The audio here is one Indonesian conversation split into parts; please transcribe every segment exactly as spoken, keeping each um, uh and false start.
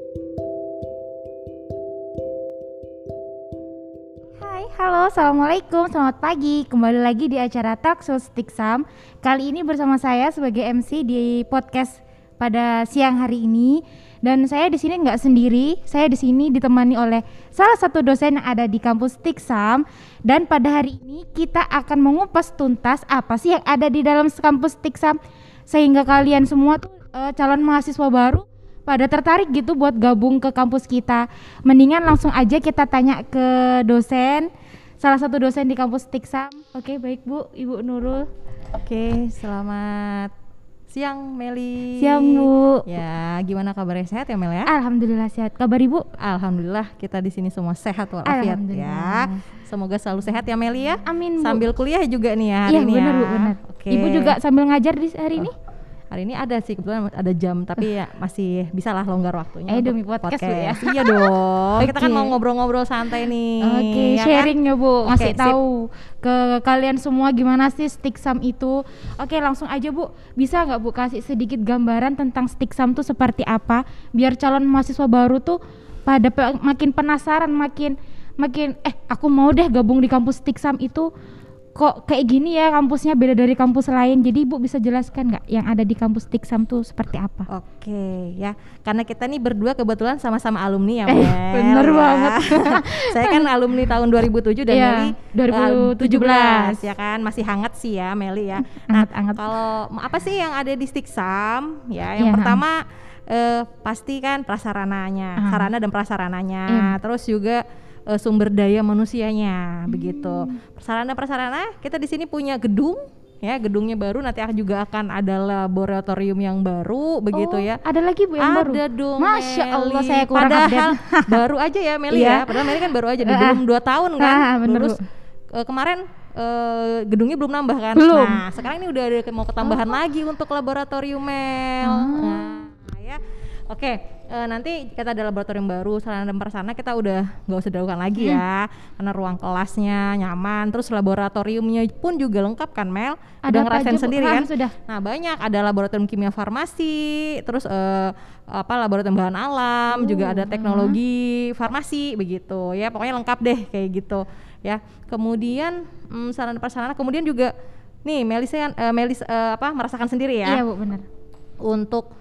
Hai, halo, assalamualaikum, selamat pagi. Kembali lagi di acara Talk Show Stiksam. Kali ini bersama saya sebagai M C di podcast pada siang hari ini. Dan saya di sini nggak sendiri. Saya di sini ditemani oleh salah satu dosen yang ada di kampus Stiksam. Dan pada hari ini kita akan mengupas tuntas apa sih yang ada di dalam kampus Stiksam, sehingga kalian semua tuh uh, calon mahasiswa baru pada tertarik gitu buat gabung ke kampus kita. Mendingan langsung aja kita tanya ke dosen, salah satu dosen di kampus Stiksam. Oke, baik Bu, Ibu Nurul. Oke, selamat siang Meli. Siang Bu. Ya, gimana kabarnya, sehat ya Mel ya? Alhamdulillah sehat. Kabar Ibu? Alhamdulillah, kita di sini semua sehat walafiat ya. Semoga selalu sehat ya Meli ya. Amin Bu. Sambil kuliah juga nih ya hari iya, ini bener, ya. Bu, bener. Oke. Ibu juga sambil ngajar di hari oh. ini? Hari ini ada sih, kebetulan ada jam, tapi ya masih bisa lah longgar waktunya. Eh demi podcast, podcast. Bu ya. Iya dong. Okay. Kita kan mau ngobrol-ngobrol santai nih. Oke, okay, ya sharing kan? Ya Bu, ngasih okay, tahu ke kalian semua gimana sih Stiksam itu. Oke, okay, langsung aja Bu, bisa nggak Bu kasih sedikit gambaran tentang Stiksam tuh seperti apa, biar calon mahasiswa baru tuh pada pe- makin penasaran, makin makin eh aku mau deh gabung di kampus Stiksam itu. Kok kayak gini ya kampusnya beda dari kampus lain. Jadi Ibu bisa jelaskan nggak yang ada di kampus Stiksam tuh seperti apa? Oke ya, karena kita nih berdua kebetulan sama-sama alumni ya eh, Mel. Bener ya. banget. Saya kan alumni tahun dua ribu tujuh dan yeah, Meli dua ribu tujuh belas ya kan, masih hangat sih ya Meli ya. Nah, hangat. Kalau apa sih yang ada di Stiksam ya? Yang yeah. pertama eh, pasti kan prasarananya, uh. sarana dan prasarananya. Yeah. Terus juga Uh, sumber daya manusianya hmm. begitu. Prasarana-prasarana kita di sini punya gedung ya, gedungnya baru, nanti juga akan ada laboratorium yang baru begitu oh, ya. Ada lagi Bu yang ada baru? Ada dong Masya Meli. Allah, saya kurang Padahal baru aja ya Meli ya. Padahal Meli kan baru aja nih, belum dua tahun kan. Ah, bener, Terus uh, kemarin uh, gedungnya belum nambah kan. Belum. Nah sekarang ini udah ada mau ketambahan oh. lagi untuk laboratorium Mel. Oh. Nah ya. Oke, uh, nanti kita ada laboratorium baru, sarana dan prasarana kita udah nggak usah diragukan lagi hmm. ya, karena ruang kelasnya nyaman, terus laboratoriumnya pun juga lengkap kan Mel, ada udah ngerasain sendiri kan? Sudah. Nah banyak, ada laboratorium kimia farmasi, terus uh, apa laboratorium bahan alam, uh, juga ada teknologi uh. farmasi begitu ya, pokoknya lengkap deh kayak gitu ya. Kemudian um, sarana dan prasarana, kemudian juga nih Melis uh, Melis uh, apa merasakan sendiri ya? Iya Bu, benar. Untuk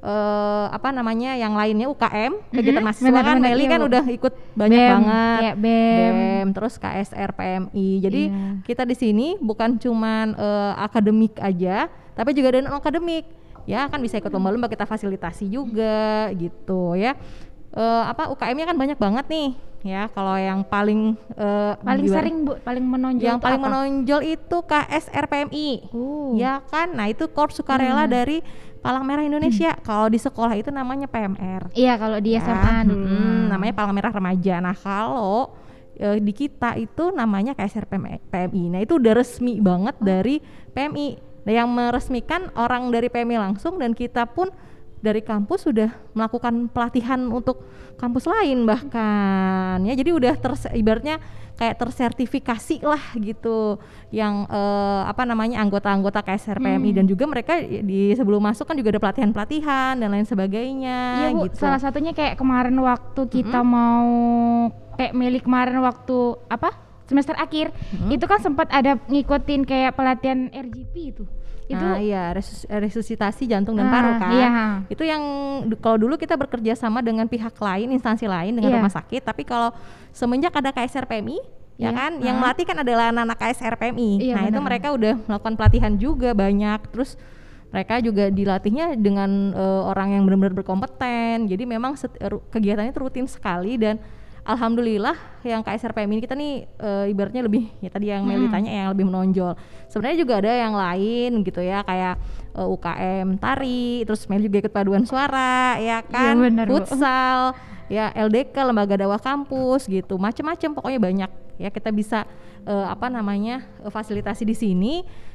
Uh, apa namanya yang lainnya U K M mm-hmm. kegiatan mahasiswa kan Meli kan udah ikut banyak B E M, banget kayak B E M. B E M terus K S R P M I jadi yeah. kita di sini bukan cuman uh, akademik aja tapi juga ada non akademik ya, kan bisa ikut lomba-lomba, kita fasilitasi juga gitu ya. Uh, apa U K M-nya kan banyak banget nih ya. Kalau yang paling uh, paling gimana? sering Bu, paling menonjol yang paling apa? menonjol itu K S R P M I uh. ya kan. Nah itu Korps Sukarela hmm. dari Palang Merah Indonesia. Hmm. Kalau di sekolah itu namanya P M R. Iya, kalau di ya. S M A dulu hmm, namanya Palang Merah Remaja. Nah kalau e, di kita itu namanya K S R P M I. Nah itu udah resmi banget oh. dari P M I. Nah yang meresmikan orang dari P M I langsung, dan kita pun dari kampus sudah melakukan pelatihan untuk kampus lain bahkan ya. Jadi udah ter, ibaratnya kayak tersertifikasi lah gitu yang eh, apa namanya anggota-anggota K S R P M I hmm. dan juga mereka di sebelum masuk kan juga ada pelatihan-pelatihan dan lain sebagainya. Iya Bu, gitu. Salah satunya kayak kemarin waktu kita mm-hmm. mau kayak Meli kemarin waktu apa semester akhir mm-hmm. itu kan sempat ada ngikutin kayak pelatihan R G P itu. Itu nah, iya resus, resusitasi jantung dan ah, paru kan. Iya. Itu yang kalau dulu kita bekerja sama dengan pihak lain, instansi lain dengan iya. rumah sakit, tapi kalau semenjak ada K S R P M I iya. ya kan, ah. yang melatih kan adalah anak-anak K S R P M I. Iya, nah, bener. Itu mereka udah melakukan pelatihan juga banyak. Terus mereka juga dilatihnya dengan uh, orang yang benar-benar berkompeten. Jadi memang set, uh, kegiatannya rutin sekali, dan alhamdulillah yang K S R P M I kita nih e, ibaratnya lebih ya tadi yang Meli hmm. tanya yang lebih menonjol. Sebenarnya juga ada yang lain gitu ya, kayak e, U K M tari, terus Meli juga ikut paduan suara ya kan, ya bener, futsal, Bu. Ya L D K lembaga dakwah kampus gitu, macam-macam pokoknya banyak ya kita bisa e, apa namanya e, fasilitasi di sini.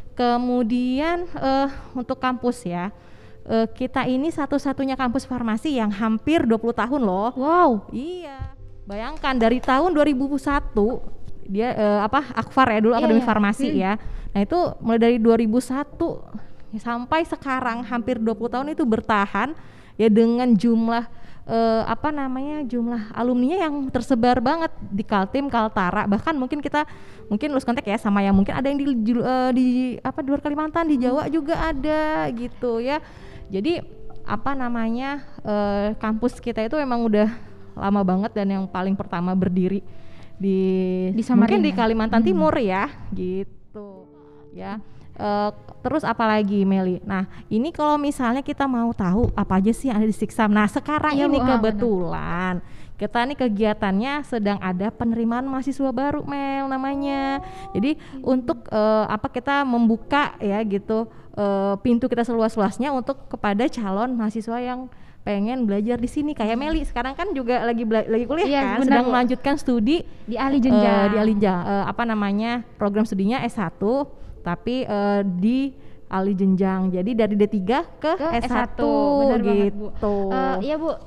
Kemudian e, untuk kampus ya. E, kita ini satu-satunya kampus farmasi yang hampir dua puluh tahun loh. Wow. Iya. Bayangkan dari tahun dua ribu satu dia eh, apa Akfar ya dulu yeah, Akademi yeah. Farmasi hmm. ya. Nah itu mulai dari dua ribu satu sampai sekarang hampir dua puluh tahun itu bertahan ya dengan jumlah uh, apa namanya jumlah alumninya yang tersebar banget di Kaltim, Kaltara, bahkan mungkin kita mungkin lulus kontak ya sama yang mungkin ada yang di uh, di apa di luar Kalimantan, di Jawa juga ada gitu ya. Jadi apa namanya uh, kampus kita itu memang udah lama banget dan yang paling pertama berdiri di, di mungkin di Kalimantan hmm. Timur ya gitu ya. Uh, terus apalagi Meli? Nah ini kalau misalnya kita mau tahu apa aja sih yang ada di Stiksam. Nah sekarang ya, ini Bu, kebetulan bener. Kita nih kegiatannya sedang ada penerimaan mahasiswa baru Mel namanya. Jadi hmm. untuk uh, apa kita membuka ya gitu uh, pintu kita seluas-luasnya untuk kepada calon mahasiswa yang pengen belajar di sini kayak Meli sekarang kan juga lagi bela- lagi kuliah iya, kan bener, sedang Bu. Melanjutkan studi di ahli jenjang uh, di ahli jenjang uh, apa namanya program studinya S satu tapi uh, di ahli jenjang jadi dari D tiga ke, ke S satu, benar gitu. Banget, Bu. Uh, iya Bu, uh,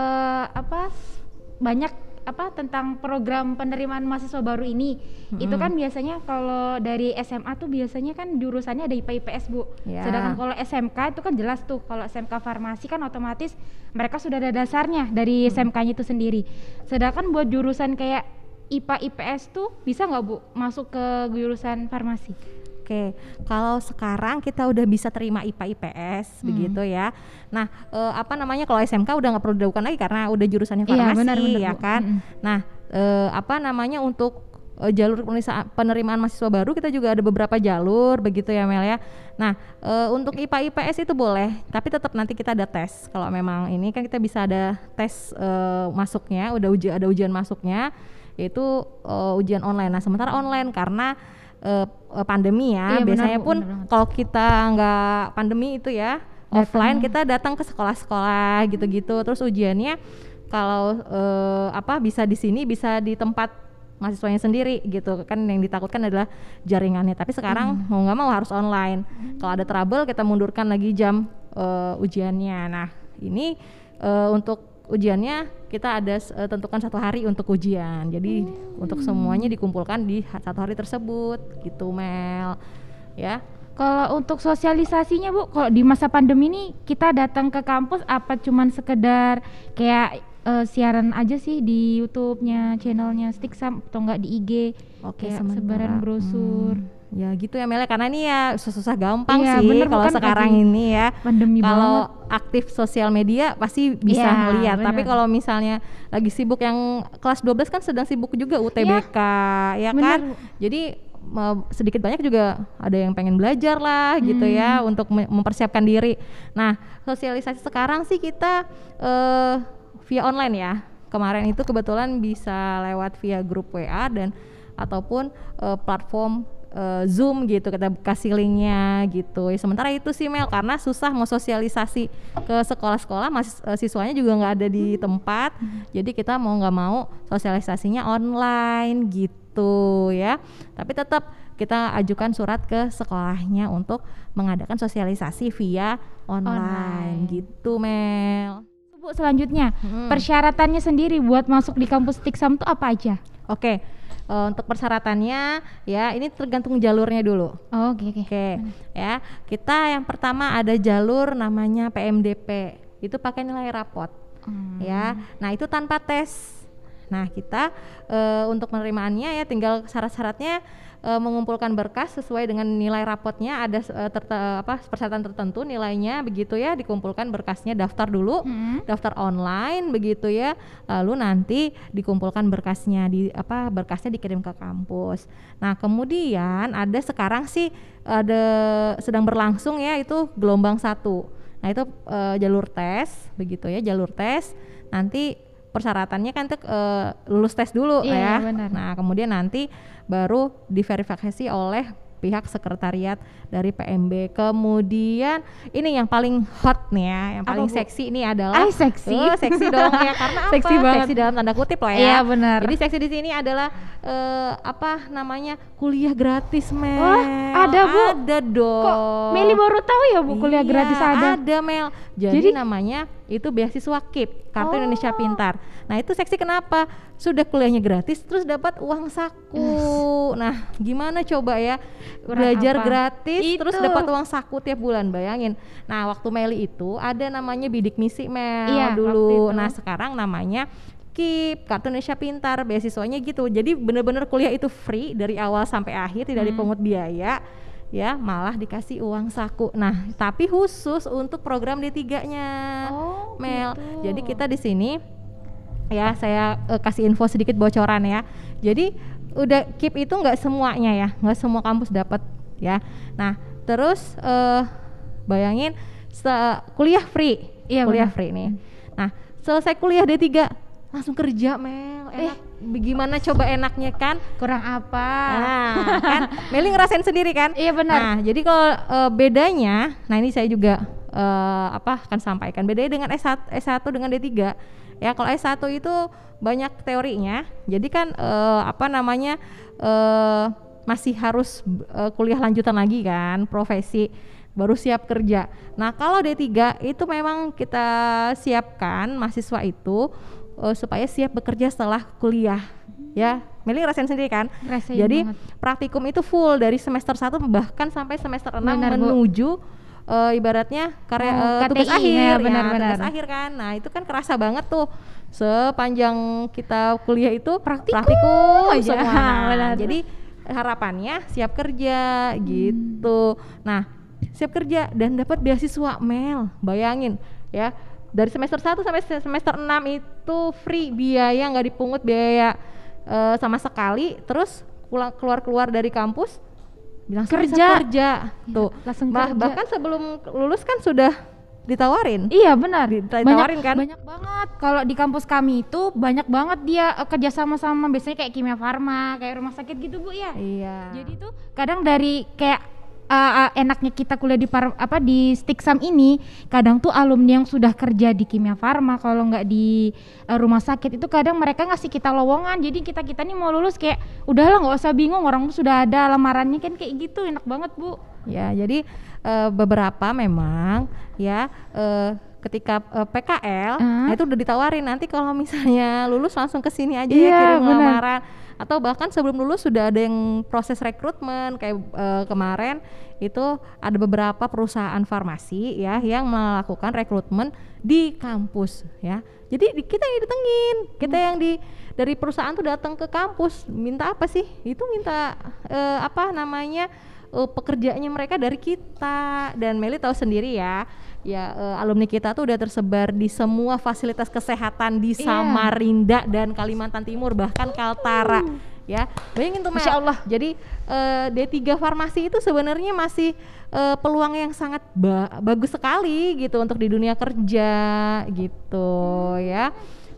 apa banyak apa tentang program penerimaan mahasiswa baru ini. Hmm. Itu kan biasanya kalau dari S M A tuh biasanya kan jurusannya ada I P A I P S Bu. Yeah. Sedangkan kalau S M K itu kan jelas tuh kalau S M K farmasi kan otomatis mereka sudah ada dasarnya dari hmm. S M K-nya itu sendiri. Sedangkan buat jurusan kayak I P A I P S tuh bisa nggak Bu masuk ke jurusan farmasi? Oke, kalau sekarang kita udah bisa terima I P A I P S hmm. begitu ya. Nah, e, apa namanya kalau S M K udah nggak perlu dilakukan lagi karena udah jurusannya farmasi, iya, benar, benar, ya kan. Hmm. Nah, e, apa namanya untuk e, jalur penerimaan mahasiswa baru kita juga ada beberapa jalur begitu ya Mel ya. Nah, e, untuk I P A I P S itu boleh, tapi tetap nanti kita ada tes. Kalau memang ini kan kita bisa ada tes e, masuknya, udah uji ada ujian masuknya, yaitu e, ujian online. Nah, sementara online karena Uh, pandemi ya, iya, biasanya benar, pun kalau kita nggak pandemi itu ya datang. Offline kita datang ke sekolah-sekolah gitu-gitu, terus ujiannya kalau uh, apa bisa di sini bisa di tempat mahasiswanya sendiri gitu kan, yang ditakutkan adalah jaringannya. Tapi sekarang hmm. mau nggak mau harus online. Hmm. Kalau ada trouble kita mundurkan lagi jam uh, ujiannya. Nah ini uh, untuk ujiannya kita ada uh, tentukan satu hari untuk ujian. Jadi hmm. untuk semuanya dikumpulkan di satu hari tersebut gitu Mel. Ya. Kalau untuk sosialisasinya Bu, kalau di masa pandemi ini kita datang ke kampus apa cuman sekedar kayak uh, siaran aja sih di YouTube-nya, channelnya Stiksam atau enggak di I G? Oke, sebaran brosur. Hmm. Ya gitu ya Mel, karena ini ya susah-susah gampang iya, sih kalau sekarang ini ya. Kalau aktif sosial media pasti bisa ya, melihat. Bener. Tapi kalau misalnya lagi sibuk yang kelas dua belas kan sedang sibuk juga U T B K ya, ya kan. Jadi sedikit banyak juga ada yang pengen belajar lah hmm. gitu ya untuk mempersiapkan diri. Nah sosialisasi sekarang sih kita uh, via online ya. Kemarin itu kebetulan bisa lewat via grup W A dan ataupun uh, platform Uh, Zoom gitu, kita kasih linknya gitu. Ya, sementara itu sih Mel karena susah mau sosialisasi ke sekolah-sekolah, mas uh, siswanya juga nggak ada di tempat, hmm. jadi kita mau nggak mau sosialisasinya online gitu ya. Tapi tetap kita ajukan surat ke sekolahnya untuk mengadakan sosialisasi via online, online. Gitu Mel. Bu, selanjutnya hmm. persyaratannya sendiri buat masuk di kampus Stiksam itu apa aja? Oke. Uh, untuk persyaratannya ya ini tergantung jalurnya dulu. Oh, oke oke. Oke. Ya, kita yang pertama ada jalur namanya P M D P. Itu pakai nilai rapot. Hmm. Ya. Nah, itu tanpa tes. Nah, kita uh, untuk penerimaannya ya tinggal syarat-syaratnya uh, mengumpulkan berkas sesuai dengan nilai rapotnya, ada uh, terta, apa persyaratan tertentu nilainya begitu ya, dikumpulkan berkasnya, daftar dulu, hmm. daftar online begitu ya. Lalu nanti dikumpulkan berkasnya di apa berkasnya dikirim ke kampus. Nah, kemudian ada sekarang sih ada sedang berlangsung ya itu gelombang satu. Nah, itu uh, jalur tes begitu ya, jalur tes. Nanti persyaratannya kan tuh uh, lulus tes dulu iya, ya. Benar. Nah, kemudian nanti baru diverifikasi oleh pihak sekretariat dari P M B. Kemudian ini yang paling hot nih ya, yang paling apa, seksi ini adalah Ay, seksi. Oh, seksi dong ya karena apa? Seksi banget. Seksi dalam tanda kutip lah ya. Iya, benar. Jadi seksi di sini adalah uh, apa namanya? Kuliah gratis, Mel. Wah, ada Bu. Ada dong. Kok Meli baru tahu ya Bu kuliah iya, gratis ada? Ada Mel. Jadi, Jadi namanya itu beasiswa K I P, Kartu Oh. Indonesia Pintar. Nah itu seksi kenapa? Sudah kuliahnya gratis, terus dapat uang saku. Yes. Nah gimana coba ya, Kurang belajar apa? gratis, Itu. terus dapat uang saku tiap bulan, bayangin. Nah waktu Meli itu ada namanya bidik misi Mel Iya, waktu dulu. itu. Nah sekarang namanya K I P, Kartu Indonesia Pintar, beasiswanya gitu. Jadi bener-bener kuliah itu free dari awal sampai akhir, tidak Hmm. dipungut biaya. Ya malah dikasih uang saku. Nah tapi khusus untuk program D tiga-nya Oh, Mel. gitu. Jadi kita di sini ya saya uh, kasih info sedikit bocoran ya. Jadi udah K I P itu nggak semuanya ya, nggak semua kampus dapat ya. Nah terus uh, bayangin se- kuliah free, Iya, kuliah benar. free nih. Nah selesai kuliah D tiga langsung kerja Mel. Enak. Eh. Bagaimana coba enaknya kan? Kurang apa? Nah, kan Meli ngerasain sendiri kan? Iya, benar. Nah, jadi kalau uh, bedanya, nah ini saya juga uh, apa akan sampaikan. Bedanya dengan S satu, S satu dengan D tiga. Ya, kalau S satu itu banyak teorinya. Jadi kan uh, apa namanya? Uh, masih harus uh, kuliah lanjutan lagi kan, profesi baru siap kerja. Nah, kalau D tiga itu memang kita siapkan mahasiswa itu uh, supaya siap bekerja setelah kuliah. Ya, Meli ngerasain sendiri kan? Rasain Jadi banget. praktikum itu full dari semester satu bahkan sampai semester enam Benar, Bu. menuju uh, ibaratnya karya Oh, uh, K T I, tugas akhir ya, ya, benar-benar. tugas akhir kan. Nah, itu kan kerasa banget tuh sepanjang kita kuliah itu Praktikum aja. semua. Nah, Benar. jadi harapannya siap kerja gitu. Nah, siap kerja dan dapat beasiswa Mel. Bayangin ya, dari semester satu sampai semester enam itu free, biaya nggak dipungut biaya uh, sama sekali. Terus pulang keluar-keluar dari kampus langsung bisa Kerja. kerja. Tuh. Langsung Bah- kerja. bahkan sebelum lulus kan sudah ditawarin. Iya benar. Ditawarin banyak, kan? Banyak banget. Kalau di kampus kami itu banyak banget dia uh, kerja sama-sama. Biasanya kayak kimia farma, kayak rumah sakit gitu Bu ya. Iya. Jadi tuh kadang dari kayak uh, uh, enaknya kita kuliah di par, apa di Stiksam ini, kadang tuh alumni yang sudah kerja di kimia farma, kalau nggak di uh, rumah sakit itu kadang mereka ngasih kita lowongan. Jadi kita kita nih mau lulus kayak udahlah nggak usah bingung, orang sudah ada lamarannya kan kayak gitu, enak banget Bu. Ya, jadi uh, beberapa memang ya uh, ketika uh, P K L Uh. nah itu udah ditawarin nanti kalau misalnya lulus langsung ke sini aja Iya, ya kirim benar. lamaran, atau bahkan sebelum lulus sudah ada yang proses rekrutmen kayak uh, kemarin itu ada beberapa perusahaan farmasi ya yang melakukan rekrutmen di kampus ya. Jadi di- kita yang ditengin, kita yang di dari perusahaan tuh datang ke kampus minta apa sih? Itu minta uh, apa namanya? Uh, pekerjaannya mereka dari kita. Dan Meli tahu sendiri ya, ya uh, alumni kita tuh udah tersebar di semua fasilitas kesehatan di Iya. Samarinda dan Kalimantan Timur, bahkan Kaltara. Ya, bayangin tuh Mel. Masya Allah. Jadi uh, D tiga farmasi itu sebenarnya masih uh, peluang yang sangat ba- bagus sekali gitu untuk di dunia kerja gitu ya.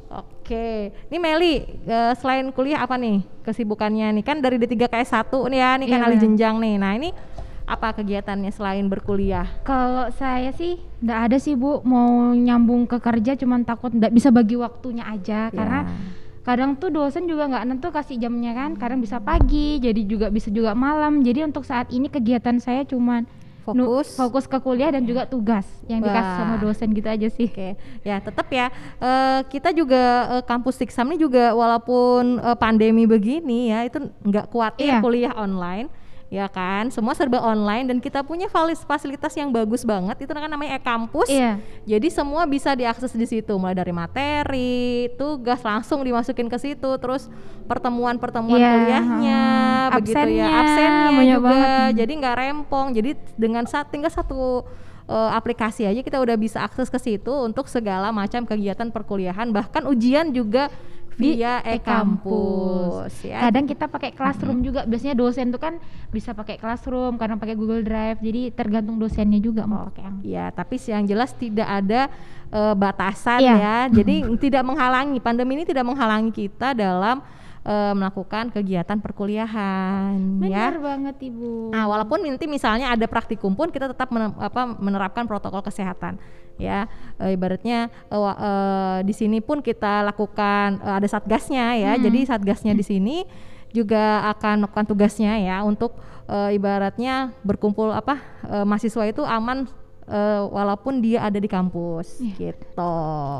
Oke, ini Meli uh, selain kuliah apa nih kesibukannya nih? Kan dari D tiga ke S satu nih ya, nih kan Iya, alih benar. jenjang nih. Nah ini apa kegiatannya selain berkuliah? Kalau saya sih nggak ada sih Bu, mau nyambung ke kerja cuman takut nggak bisa bagi waktunya aja, karena Ya. kadang tuh dosen juga nggak nentu kasih jamnya kan, kadang bisa pagi jadi juga bisa juga malam. Jadi untuk saat ini kegiatan saya cuman nu- Fokus. fokus ke kuliah dan juga tugas yang dikasih Wah. sama dosen gitu aja sih. Oke, ya tetap ya eh, kita juga eh, kampus Stiksam ini juga walaupun eh, pandemi begini ya itu nggak khawatir Iya. kuliah online ya kan, semua serba online dan kita punya falis- fasilitas yang bagus banget, itu kan namanya e-kampus. Iya. Jadi semua bisa diakses di situ, mulai dari materi, tugas langsung dimasukin ke situ, terus pertemuan-pertemuan Iya, kuliahnya, heeh. begitu ya, Absennya, absennya banyak juga, banget. jadi nggak rempong. Jadi dengan saat tinggal satu uh, aplikasi aja kita udah bisa akses ke situ untuk segala macam kegiatan perkuliahan, bahkan ujian juga Di via e-kampus ya. Kadang kita pakai Classroom juga. Biasanya dosen tuh kan bisa pakai Classroom, kadang pakai Google Drive. Jadi tergantung dosennya juga mau pakai yang. Ya, tapi yang jelas tidak ada uh, batasan Iya. ya. Jadi tidak menghalangi, pandemi ini tidak menghalangi kita dalam uh, melakukan kegiatan perkuliahan ya. Benar banget Ibu. Nah, walaupun nanti misalnya ada praktikum pun kita tetap men- apa, menerapkan protokol kesehatan ya. E, ibaratnya e, wa- e, di sini pun kita lakukan e, ada satgasnya ya. Hmm. Jadi satgasnya di sini juga akan melakukan tugasnya ya untuk e, ibaratnya berkumpul apa e, mahasiswa itu aman uh, walaupun dia ada di kampus yeah. gitu. gitu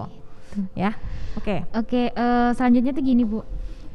ya. Oke. Okay. Oke, okay, uh, selanjutnya tuh gini Bu,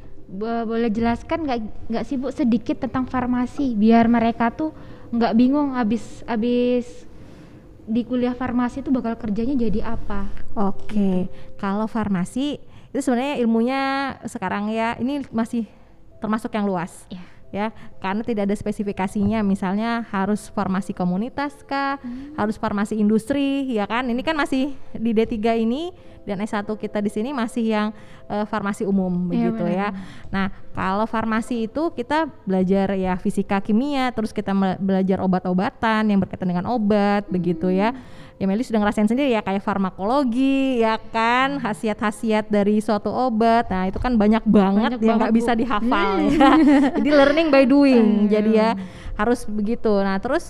Bo- boleh jelaskan nggak nggak sih Bu sedikit tentang farmasi biar mereka tuh nggak bingung abis abis di kuliah farmasi tuh bakal kerjanya jadi apa? Oke, okay. gitu. Kalau farmasi itu sebenarnya ilmunya sekarang ya ini masih termasuk yang luas. Yeah. Ya, karena tidak ada spesifikasinya, misalnya harus farmasi komunitas kah, hmm. harus farmasi industri, ya kan? Ini kan masih di D tiga ini dan S satu kita di sini masih yang uh, farmasi umum begitu ya. ya. Nah, kalau farmasi itu kita belajar ya fisika kimia, terus kita belajar obat-obatan yang berkaitan dengan obat hmm. begitu ya. Ya Meli sudah ngerasain sendiri ya kayak farmakologi ya kan, khasiat-khasiat dari suatu obat. Nah, itu kan banyak banget banyak yang nggak bisa dihafal hmm. ya. Jadi learning by doing. Jadi ya harus begitu. Nah, terus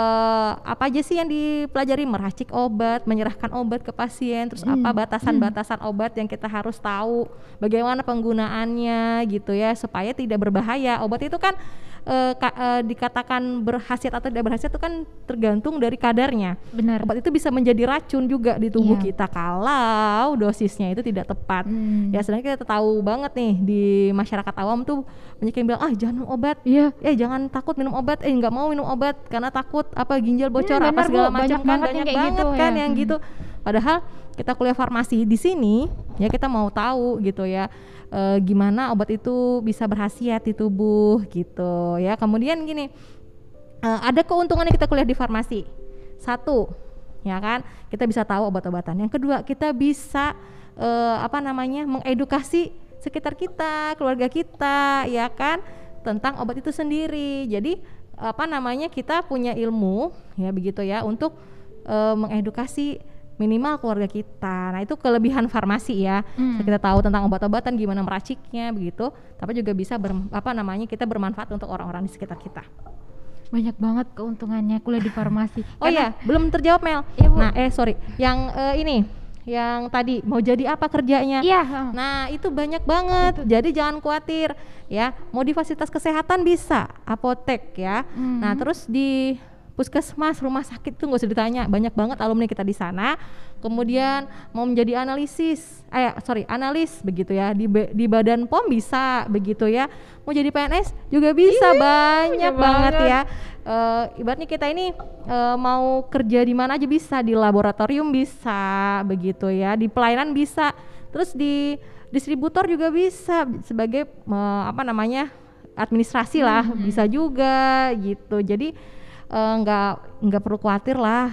uh, apa aja sih yang dipelajari? Meracik obat, menyerahkan obat ke pasien, terus hmm. apa batasan-batasan obat yang kita harus tahu, bagaimana penggunaannya gitu ya supaya tidak berbahaya. Obat itu kan uh, ka, uh, dikatakan berkhasiat atau tidak berkhasiat itu kan tergantung dari kadarnya. Benar. Obat itu bisa menjadi racun juga di tubuh yeah. kita kalau dosisnya itu tidak tepat. Hmm. Ya sebenarnya kita tahu banget nih di masyarakat awam tuh banyak yang bilang ah jangan minum obat, yeah. eh jangan takut minum obat, eh nggak mau minum obat karena takut apa ginjal bocor hmm, apa segala macam kan, banyak banget gitu, kan ya. yang hmm. gitu. Padahal kita kuliah farmasi di sini ya kita mau tahu gitu ya e, gimana obat itu bisa berkhasiat di tubuh gitu ya. Kemudian gini e, ada keuntungannya kita kuliah di farmasi. Satu ya kan kita bisa tahu obat-obatan. Yang kedua kita bisa e, apa namanya mengedukasi sekitar kita, keluarga kita ya kan tentang obat itu sendiri. Jadi apa namanya kita punya ilmu ya begitu ya untuk e, mengedukasi minimal keluarga kita. Nah, itu kelebihan farmasi ya. Hmm. Kita tahu tentang obat-obatan gimana meraciknya begitu, tapi juga bisa ber, apa namanya kita bermanfaat untuk orang-orang di sekitar kita. Banyak banget keuntungannya kuliah di farmasi. Oh iya, belum terjawab Mel. Ya, nah, eh sorry, yang uh, ini, yang tadi mau jadi apa kerjanya? Iya. Nah, itu banyak banget. Itu. Jadi jangan khawatir, ya. Mau di fasilitas kesehatan bisa, apotek ya. Hmm. Nah, terus di puskesmas, rumah sakit tuh nggak usah ditanya, banyak banget alumni kita di sana. Kemudian mau menjadi analisis, eh sorry analis begitu ya di di Badan P O M bisa begitu ya. Mau jadi P N S juga bisa. Ih, banyak banget, banget ya. Uh, ibaratnya kita ini uh, mau kerja di mana aja bisa, di laboratorium bisa begitu ya, di pelayanan bisa, terus di distributor juga bisa sebagai uh, apa namanya administrasi lah hmm. bisa juga gitu. Jadi Uh, nggak nggak perlu khawatir lah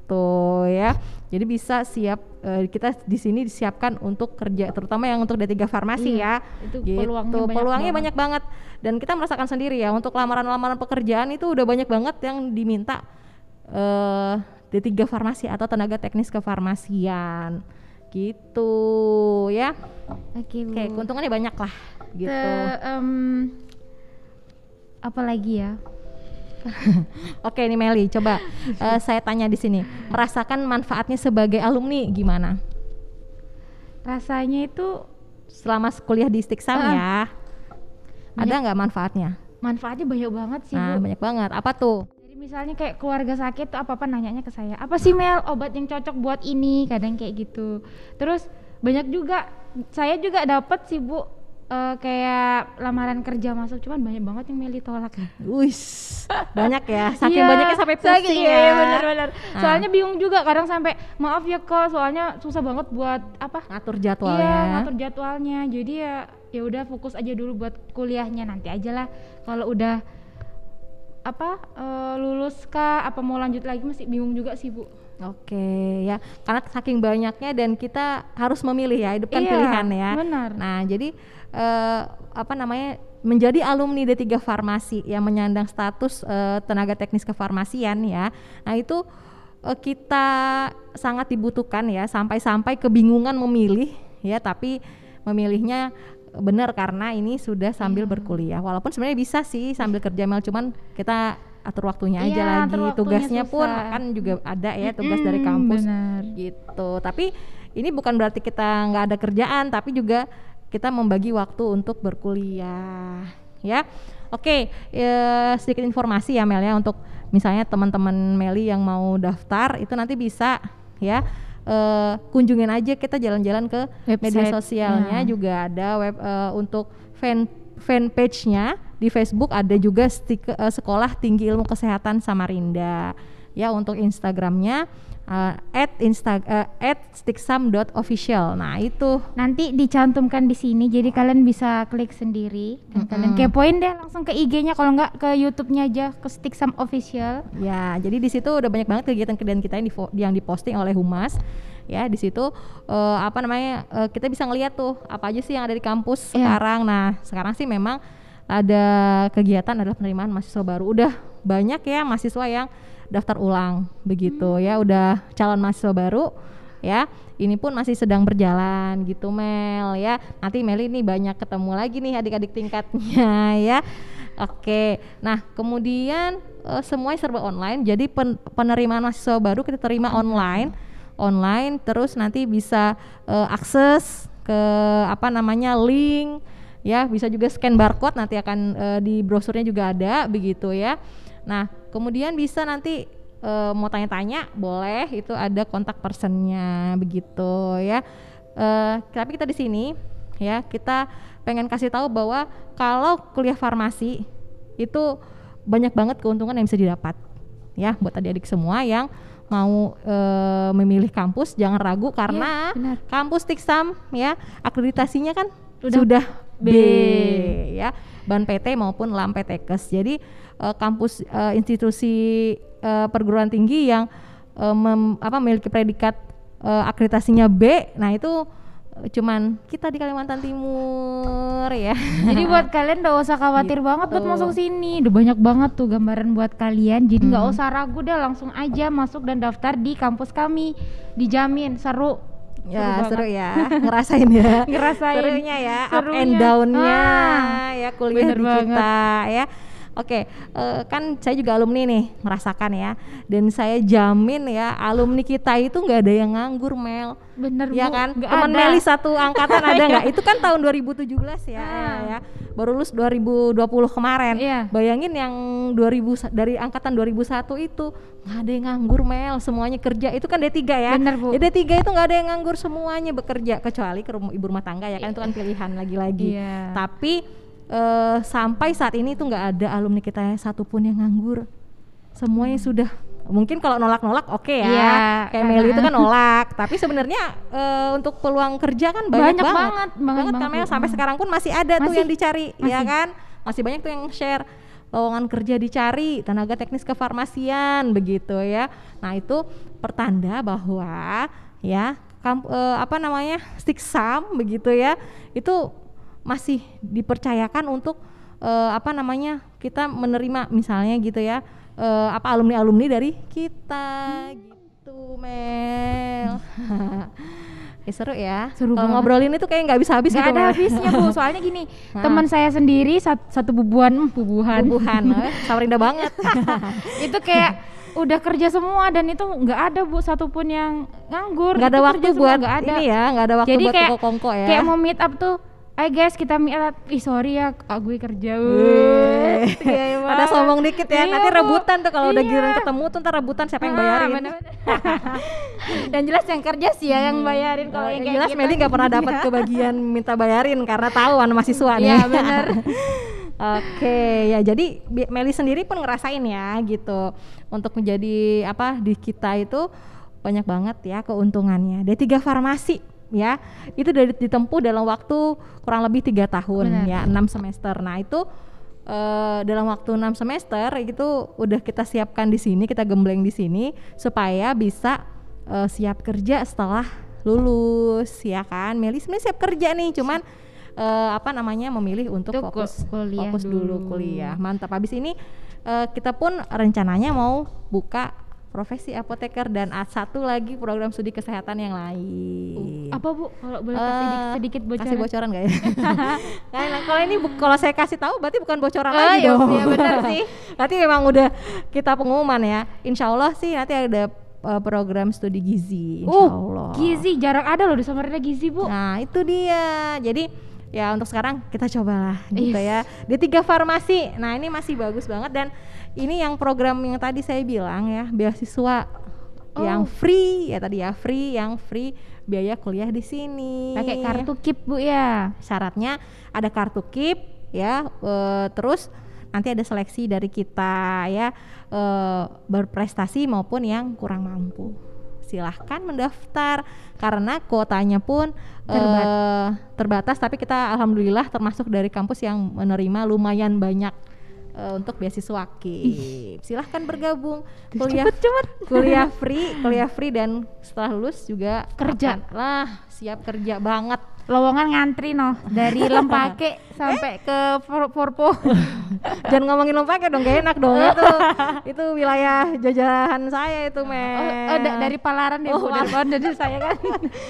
gitu ya. Jadi bisa siap uh, kita di sini disiapkan untuk kerja, terutama yang untuk D tiga farmasi iya, ya. Itu gitu. peluangnya, banyak, peluangnya banget. banyak banget. Dan kita merasakan sendiri ya untuk lamaran-lamaran pekerjaan itu udah banyak banget yang diminta uh, D tiga farmasi atau tenaga teknis kefarmasian gitu ya. Oke, Bu. Oke, keuntungannya banyak lah gitu. Te, um, apa lagi ya? Oke nih Meli, coba uh, saya tanya di sini, merasakan manfaatnya sebagai alumni gimana? Rasanya itu selama kuliah di Stiksam uh, ya, ada nggak manfaatnya? Manfaatnya banyak banget sih nah, Bu. Banyak banget. Apa tuh? Jadi misalnya kayak keluarga sakit tuh apa-apa nanyanya ke saya. Apa sih Mel obat yang cocok buat ini? Kadang kayak gitu. Terus banyak juga, saya juga dapat sih Bu. Uh, kayak lamaran kerja masuk, cuman banyak banget yang Meli tolak. Wih, banyak ya, saking yeah, banyaknya sampai pusing saking, ya. Iya, benar-benar. Nah. Soalnya bingung juga kadang sampai maaf ya kok, soalnya susah banget buat apa? Ngatur jadwalnya. Iya, ngatur jadwalnya. Jadi ya ya udah fokus aja dulu buat kuliahnya, nanti aja lah. Kalau udah apa uh, lulus kah, apa mau lanjut lagi masih bingung juga sih Bu. Oke ya, karena saking banyaknya dan kita harus memilih ya, itu kan iya, pilihan ya. Benar. Nah jadi uh, apa namanya menjadi alumni D tiga Farmasi yang menyandang status uh, tenaga teknis kefarmasian ya. Nah itu uh, kita sangat dibutuhkan ya, sampai-sampai kebingungan memilih ya, tapi memilihnya benar karena ini sudah sambil hmm. berkuliah. Walaupun sebenarnya bisa sih sambil kerja Mel, cuman kita atur waktunya aja iya, lagi. Waktunya tugasnya susah. Pun kan juga ada ya tugas mm, dari kampus benar. Gitu. Tapi ini bukan berarti kita nggak ada kerjaan, tapi juga kita membagi waktu untuk berkuliah ya. Oke, ya, sedikit informasi ya Mel ya, untuk misalnya teman-teman Meli yang mau daftar itu nanti bisa ya uh, kunjungin aja, kita jalan-jalan ke website media sosialnya, ya. Juga ada web uh, untuk fan fanpage-nya di Facebook, ada juga stik, uh, Sekolah Tinggi Ilmu Kesehatan Samarinda. Ya, untuk Instagramnya uh, at insta uh, at stiksam dot official. Nah itu nanti dicantumkan di sini, jadi kalian bisa klik sendiri dan mm-hmm. kalian kepoin deh langsung ke I G-nya, kalau nggak ke YouTube-nya aja, ke Stiksam Official. Ya, jadi di situ udah banyak banget kegiatan-kegiatan kita yang, di, yang diposting oleh Humas. Ya, di situ uh, apa namanya uh, kita bisa ngeliat tuh apa aja sih yang ada di kampus yeah. sekarang. Nah sekarang sih memang ada kegiatan adalah penerimaan mahasiswa baru. Udah banyak ya mahasiswa yang daftar ulang begitu hmm. ya, udah calon mahasiswa baru ya. Ini pun masih sedang berjalan gitu Mel ya. Nanti Meli ini banyak ketemu lagi nih adik-adik tingkatnya ya. Oke. Nah, kemudian uh, semuanya serba online. Jadi pen- penerimaan mahasiswa baru kita terima online. Online terus nanti bisa uh, akses ke apa namanya link ya, bisa juga scan barcode, nanti akan uh, di brosurnya juga ada begitu ya. Nah, kemudian bisa nanti e, mau tanya-tanya boleh, itu ada kontak personnya begitu ya. E, tapi kita di sini ya, kita pengen kasih tahu bahwa kalau kuliah farmasi itu banyak banget keuntungan yang bisa didapat ya, buat adik-adik semua yang mau e, memilih kampus jangan ragu, karena ya, kampus Stiksam ya akreditasinya kan Udah sudah B, B ya, Ban P T maupun Lam P T Kes. Jadi uh, kampus uh, institusi uh, perguruan tinggi yang uh, mem, apa, memiliki predikat uh, akreditasinya B, nah itu uh, cuman kita di Kalimantan Timur ya. Jadi buat kalian gak usah khawatir gitu. banget buat masuk sini, udah banyak banget tuh gambaran buat kalian. Jadi hmm. gak usah ragu deh, langsung aja masuk dan daftar di kampus kami, dijamin seru. Ya seru, seru ya, ngerasain ya, ngerasain serunya ya, serunya. Up and down-nya ah, ya kuliah di banget. Kita ya. Oke, uh, kan saya juga alumni nih, merasakan ya, dan saya jamin ya alumni kita itu nggak ada yang nganggur Mel. Bener ya Bu, kan, teman Meli satu angkatan ada nggak? Itu kan tahun dua ribu tujuh belas ya, ah. ya, baru lulus dua ribu dua puluh kemarin. Iya. Bayangin yang dua ribu dari angkatan dua ribu satu itu nggak ada yang nganggur Mel, semuanya kerja. Itu kan D tiga ya. Bener Bu. Ya, D tiga itu nggak ada yang nganggur, semuanya bekerja, kecuali ke rumah ibu rumah tangga ya kan, itu kan pilihan lagi-lagi. Iya. Tapi Uh, sampai saat ini tuh nggak ada alumni kita satupun yang nganggur, semuanya hmm. sudah, mungkin kalau nolak-nolak oke okay ya, yeah, kayak Meli itu kan nolak, tapi sebenarnya uh, untuk peluang kerja kan banyak, banyak banget, banget, banget, banget kan, sampai sekarang pun masih ada masih, tuh yang dicari, masih. ya kan, masih banyak tuh yang share lowongan kerja dicari, tenaga teknis kefarmasian begitu ya. Nah itu pertanda bahwa ya kamp, uh, apa namanya Stiksam begitu ya, itu masih dipercayakan untuk uh, apa namanya kita menerima misalnya gitu ya, uh, apa alumni-alumni dari kita gitu Mel. Ya seru ya, kalau ngobrolin itu kayak nggak bisa habis gitu. Nggak ada habisnya Bu, soalnya gini teman saya sendiri satu, satu bubuhan bubuhan bubuhan Samarinda banget. Itu kayak udah kerja semua dan itu nggak ada Bu satupun yang nganggur, nggak ada waktu buat ada. Ini ya, nggak ada waktu jadi buat kayak, kongko ya, kayak mau meet up tuh, ayo guys kita meet up, ih sorry ya ah, gue kerja. Ada sombong dikit ya, iya, nanti rebutan tuh kalau iya. udah giliran ketemu tuh ntar rebutan siapa yang bayarin. Ah, dan jelas yang kerja sih ya yang bayarin. Kalau oh, yang jelas gitu, Meli nggak pernah dapat kebagian minta bayarin karena tahu anak mahasiswa nih. Iya benar. Oke ya, jadi Meli sendiri pun ngerasain ya gitu, untuk menjadi apa di kita itu banyak banget ya keuntungannya. D tiga farmasi ya itu dari ditempuh dalam waktu kurang lebih tiga tahun. Benar. Ya enam semester. Nah itu uh, dalam waktu enam semester itu udah kita siapkan di sini, kita gembleng di sini supaya bisa uh, siap kerja setelah lulus ya kan. Meli sebenarnya siap kerja nih, cuman uh, apa namanya memilih untuk Tuh, fokus kuliah fokus dulu. dulu kuliah. Mantap. Habis ini uh, kita pun rencananya mau buka profesi apoteker dan satu lagi program studi kesehatan yang lain. Uh, apa Bu? Kalau boleh kasih uh, sedikit, sedikit bocoran. Kasih bocoran nggak ya? Nah, kalau ini bu- kalau saya kasih tahu berarti bukan bocoran oh, lagi iya, dong. Iya benar sih. Berarti memang udah kita pengumuman ya. Insya Allah sih nanti ada uh, program studi gizi. Insya uh, Allah. Gizi jarang ada loh di Samarinda gizi Bu. Nah itu dia. Jadi ya untuk sekarang kita cobalah gitu ya di tiga farmasi. Nah ini masih bagus banget, dan ini yang program yang tadi saya bilang ya, beasiswa oh. yang free ya tadi ya, free yang free biaya kuliah di sini. Pakai kartu K I P Bu ya. Syaratnya ada kartu K I P ya, uh, terus nanti ada seleksi dari kita ya, uh, berprestasi maupun yang kurang mampu. Silahkan mendaftar karena kuotanya pun Terbat. uh, terbatas, tapi kita alhamdulillah termasuk dari kampus yang menerima lumayan banyak uh, untuk beasiswa K I P. Silahkan bergabung, kuliah cepet, cepet. kuliah free, kuliah free dan setelah lulus juga kerja akan, lah siap kerja banget. Lowongan ngantri noh dari Lempake sampai ke Forpo. Jangan ngomongin Lempake dong, gak enak dong itu. Itu wilayah jajahan saya itu, Mel. Oh, oh da- dari Palaran ya, oh, Bu. Dari, dari saya kan.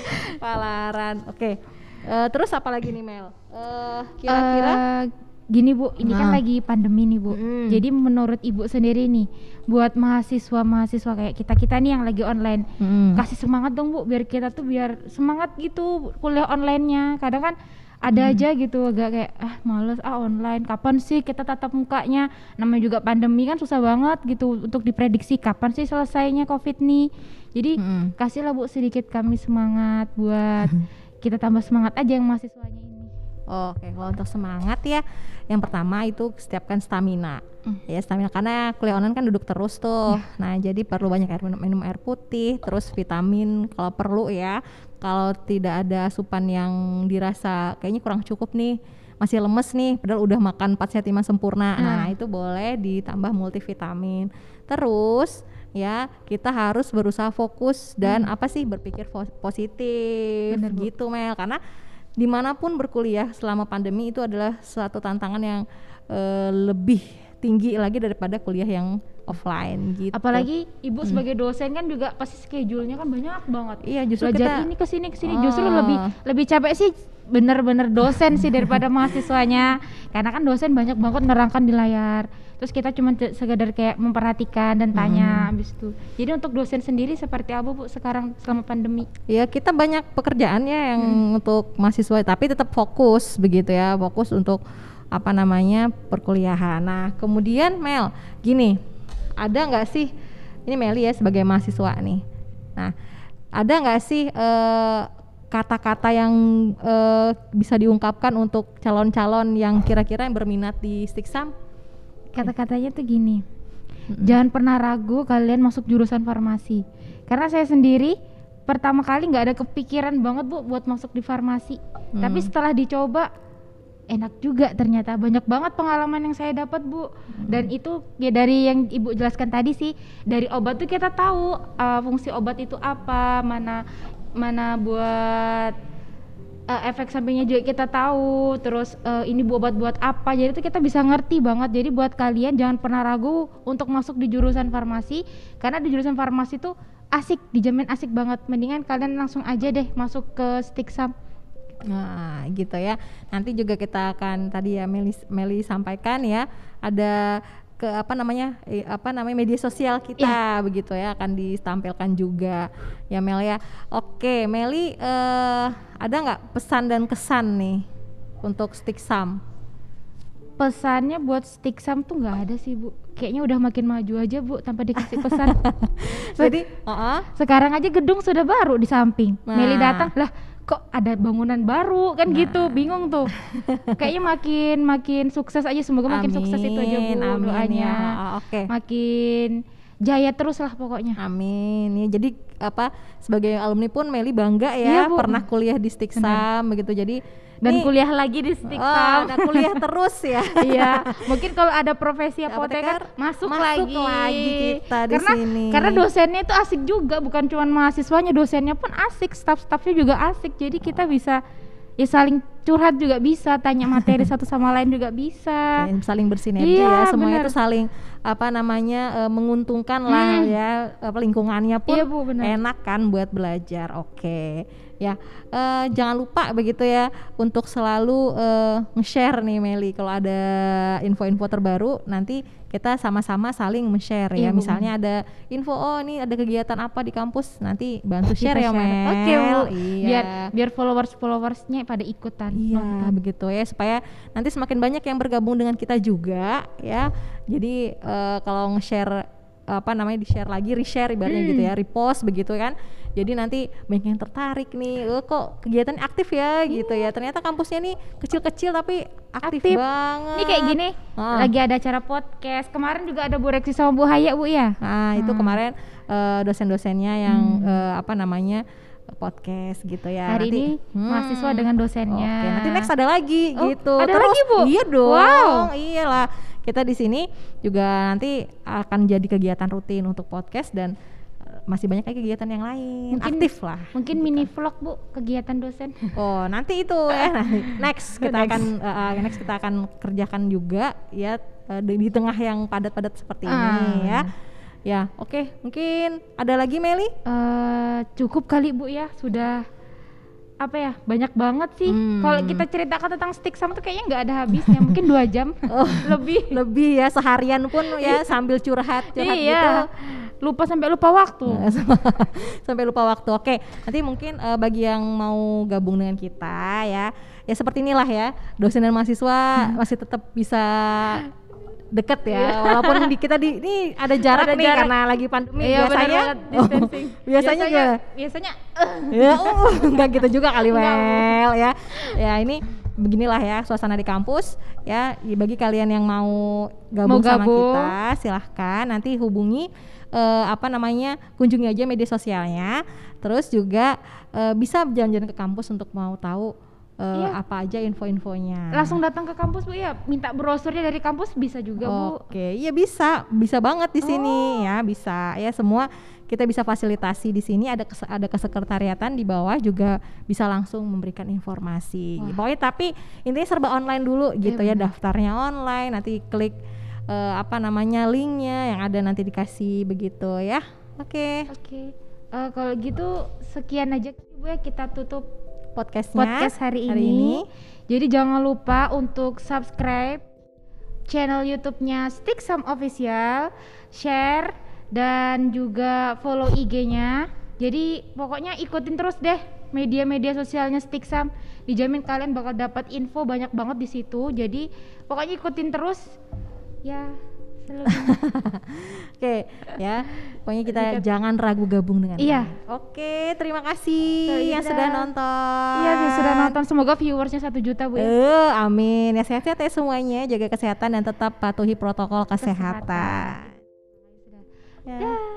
Palaran. Oke. Okay. Uh, terus apa lagi nih, Mel? Uh, kira-kira uh, gini Bu, ini nah. kan lagi pandemi nih Bu. Mm. Jadi menurut Ibu sendiri nih, buat mahasiswa-mahasiswa kayak kita-kita nih yang lagi online, mm. kasih semangat dong Bu, biar kita tuh biar semangat gitu kuliah online-nya. Kadang kan ada mm. aja gitu agak kayak ah males ah online, kapan sih kita tatap mukanya? Namanya juga pandemi kan susah banget gitu untuk diprediksi kapan sih selesainya Covid nih. Jadi mm. kasihlah Bu sedikit kami semangat buat kita tambah semangat aja yang mahasiswanya ini. Oke, okay. Kalau untuk semangat ya, yang pertama itu setiapkan stamina, mm. ya stamina karena kuliah online kan duduk terus tuh, yeah. Nah jadi perlu banyak air minum, minum air putih, terus vitamin kalau perlu ya. Kalau tidak ada asupan yang dirasa kayaknya kurang cukup nih, masih lemes nih, padahal udah makan empat sehat lima sempurna, mm. nah itu boleh ditambah multivitamin. Terus ya kita harus berusaha fokus dan mm. apa sih berpikir fo- positif. Bener, gitu Mel, karena dimanapun berkuliah selama pandemi itu adalah suatu tantangan yang uh, lebih tinggi lagi daripada kuliah yang offline gitu. Apalagi Ibu hmm. sebagai dosen kan juga pasti schedule-nya kan banyak banget. Iya, justru belajar kita ini kesini kesini oh. justru lebih lebih capek sih bener-bener dosen sih daripada mahasiswanya, karena kan dosen banyak banget nerangkan di layar, terus kita cuma t- sekedar kayak memperhatikan dan tanya hmm. abis itu. Jadi untuk dosen sendiri seperti apa Bu sekarang selama pandemi? Ya kita banyak pekerjaannya yang hmm. untuk mahasiswa, tapi tetap fokus begitu ya, fokus untuk apa namanya perkuliahan. Nah kemudian Mel, gini, ada nggak sih, ini Meli ya sebagai mahasiswa nih, nah ada nggak sih uh, kata-kata yang uh, bisa diungkapkan untuk calon-calon yang kira-kira yang berminat di Stiksam? Kata-katanya tuh gini, mm-hmm. jangan pernah ragu kalian masuk jurusan farmasi, karena saya sendiri pertama kali nggak ada kepikiran banget Bu buat masuk di farmasi, mm. tapi setelah dicoba enak juga, ternyata banyak banget pengalaman yang saya dapat Bu. Hmm. Dan itu ya dari yang Ibu jelaskan tadi sih, dari obat tuh kita tahu uh, fungsi obat itu apa, mana mana buat uh, efek sampingnya juga kita tahu, terus uh, ini obat buat apa, jadi itu kita bisa ngerti banget. Jadi buat kalian jangan pernah ragu untuk masuk di jurusan farmasi, karena di jurusan farmasi tuh asik, dijamin asik banget. Mendingan kalian langsung aja deh masuk ke Stiksam. Nah gitu ya, nanti juga kita akan tadi ya Meli, Meli sampaikan ya, ada ke apa namanya eh, apa namanya media sosial kita yeah. begitu ya, akan ditampilkan juga ya Mel ya. Oke Meli, uh, ada nggak pesan dan kesan nih untuk Stiksam? Pesannya buat Stiksam tuh nggak ada sih Bu, kayaknya udah makin maju aja Bu tanpa dikasih pesan. Jadi uh-uh. sekarang aja gedung sudah baru di samping, nah. Meli datang lah kok ada bangunan baru kan, nah. gitu, bingung tuh. Kayaknya makin makin sukses aja, semoga makin amin, sukses itu aja Bu, amin, doanya. Ya. Oh, okay. Makin jaya terus lah pokoknya. Amin. Ya, jadi apa sebagai alumni pun Meli bangga ya, ya pernah kuliah di Stiksam begitu. Jadi dan nih, kuliah lagi di Stiksam. Oh, ada kuliah terus ya. Iya. Mungkin kalau ada profesi apoteker masuk, masuk lagi. lagi kita di karena, sini. Karena dosennya itu asik juga, bukan cuma mahasiswanya, dosennya pun asik, staf-stafnya juga asik. Jadi kita bisa ya saling curhat juga bisa, tanya materi satu sama lain juga bisa. Kayak saling bersinergi iya, ya, semuanya itu saling apa namanya uh, menguntungkan lah hmm. ya, apa lingkungannya pun iya, Bu, enak kan buat belajar. Oke. Ya, uh, jangan lupa begitu ya untuk selalu uh, nge-share nih Meli kalau ada info-info terbaru, nanti kita sama-sama saling men-share ya. Misalnya ada info, oh ini ada kegiatan apa di kampus, nanti bantu share ya Mel. Oke Bu, iya. biar biar followers-followersnya pada ikutan. Iya nonton. Begitu ya, supaya nanti semakin banyak yang bergabung dengan kita juga ya. Jadi uh, kalau nge-share apa namanya di-share lagi, re-share ibaratnya hmm. gitu ya, repost begitu kan. Jadi nanti banyak yang tertarik nih, oh, kok kegiatan aktif ya hmm. gitu ya. Ternyata kampusnya nih kecil-kecil tapi aktif, aktif banget. Ini kayak gini, ah. lagi ada acara podcast. Kemarin juga ada Bu Reksi sama Bu Haya Bu ya. Nah hmm. itu kemarin uh, dosen-dosennya yang hmm. uh, apa namanya podcast gitu ya. Hari nanti, ini hmm. mahasiswa dengan dosennya. Oke, nanti next ada lagi oh, gitu. Ada Terus, lagi Bu? Iya dong. Wow. Iyalah. Kita di sini juga nanti akan jadi kegiatan rutin untuk podcast dan uh, masih banyak lagi kegiatan yang lain. Mungkin, aktif lah. Mungkin gitu. Mini vlog Bu kegiatan dosen. Oh nanti itu ya. Nanti next kita next. akan uh, next kita akan kerjakan juga ya uh, di, di tengah yang padat-padat seperti ah. ini ya. Ya oke okay. Mungkin ada lagi Meli? Uh, cukup kali Bu ya, sudah apa ya, banyak banget sih. Hmm. Kalau kita ceritakan tentang Stiksam tuh kayaknya nggak ada habisnya. Mungkin dua jam oh, lebih lebih ya, seharian pun ya sambil curhat curhat iya. gitu. Lupa sampai lupa waktu. Sampai lupa waktu. Oke, nanti mungkin uh, bagi yang mau gabung dengan kita ya, ya seperti inilah ya, dosen dan mahasiswa hmm. masih tetap bisa deket ya, yeah. walaupun di kita di ini ada jarak ada nih jarak. Karena lagi pandemi iya, biasanya oh, biasanya biasanya biasanya uh. ya uh, enggak gitu juga kali Mel ya. Ya ini beginilah ya suasana di kampus ya. Bagi kalian yang mau gabung, mau gabung. sama kita silahkan nanti hubungi uh, apa namanya kunjungi aja media sosialnya. Terus juga uh, bisa jalan-jalan ke kampus untuk mau tahu Uh, iya. apa aja info-infonya. Langsung datang ke kampus Bu ya, minta brosurnya dari kampus bisa juga Bu. Oke, iya bisa, bisa banget di sini oh. ya, bisa ya semua kita bisa fasilitasi di sini. Ada kes- ada kesekretariatan di bawah juga bisa langsung memberikan informasi. Wah. Pokoknya tapi intinya serba online dulu gitu ya, ya daftarnya online, nanti klik uh, apa namanya linknya yang ada nanti dikasih begitu ya. Oke. Okay. Oke. Okay. Uh, kalau gitu sekian aja Bu ya, kita tutup podcastnya podcast hari, hari ini. ini. Jadi jangan lupa untuk subscribe channel YouTube-nya Stiksam Official, share dan juga follow I G-nya. Jadi pokoknya ikutin terus deh media-media sosialnya Stiksam. Dijamin kalian bakal dapat info banyak banget di situ. Jadi pokoknya ikutin terus ya. Oke ya, pokoknya kita Dekat. jangan ragu gabung dengan iya. kami. Oke, terima kasih so, yang sudah nonton. Iya, yang sudah nonton. Semoga viewersnya satu juta Bu ya. Uh, amin. Ya sehat-sehat ya semuanya, jaga kesehatan dan tetap patuhi protokol kesehatan. kesehatan. Ya.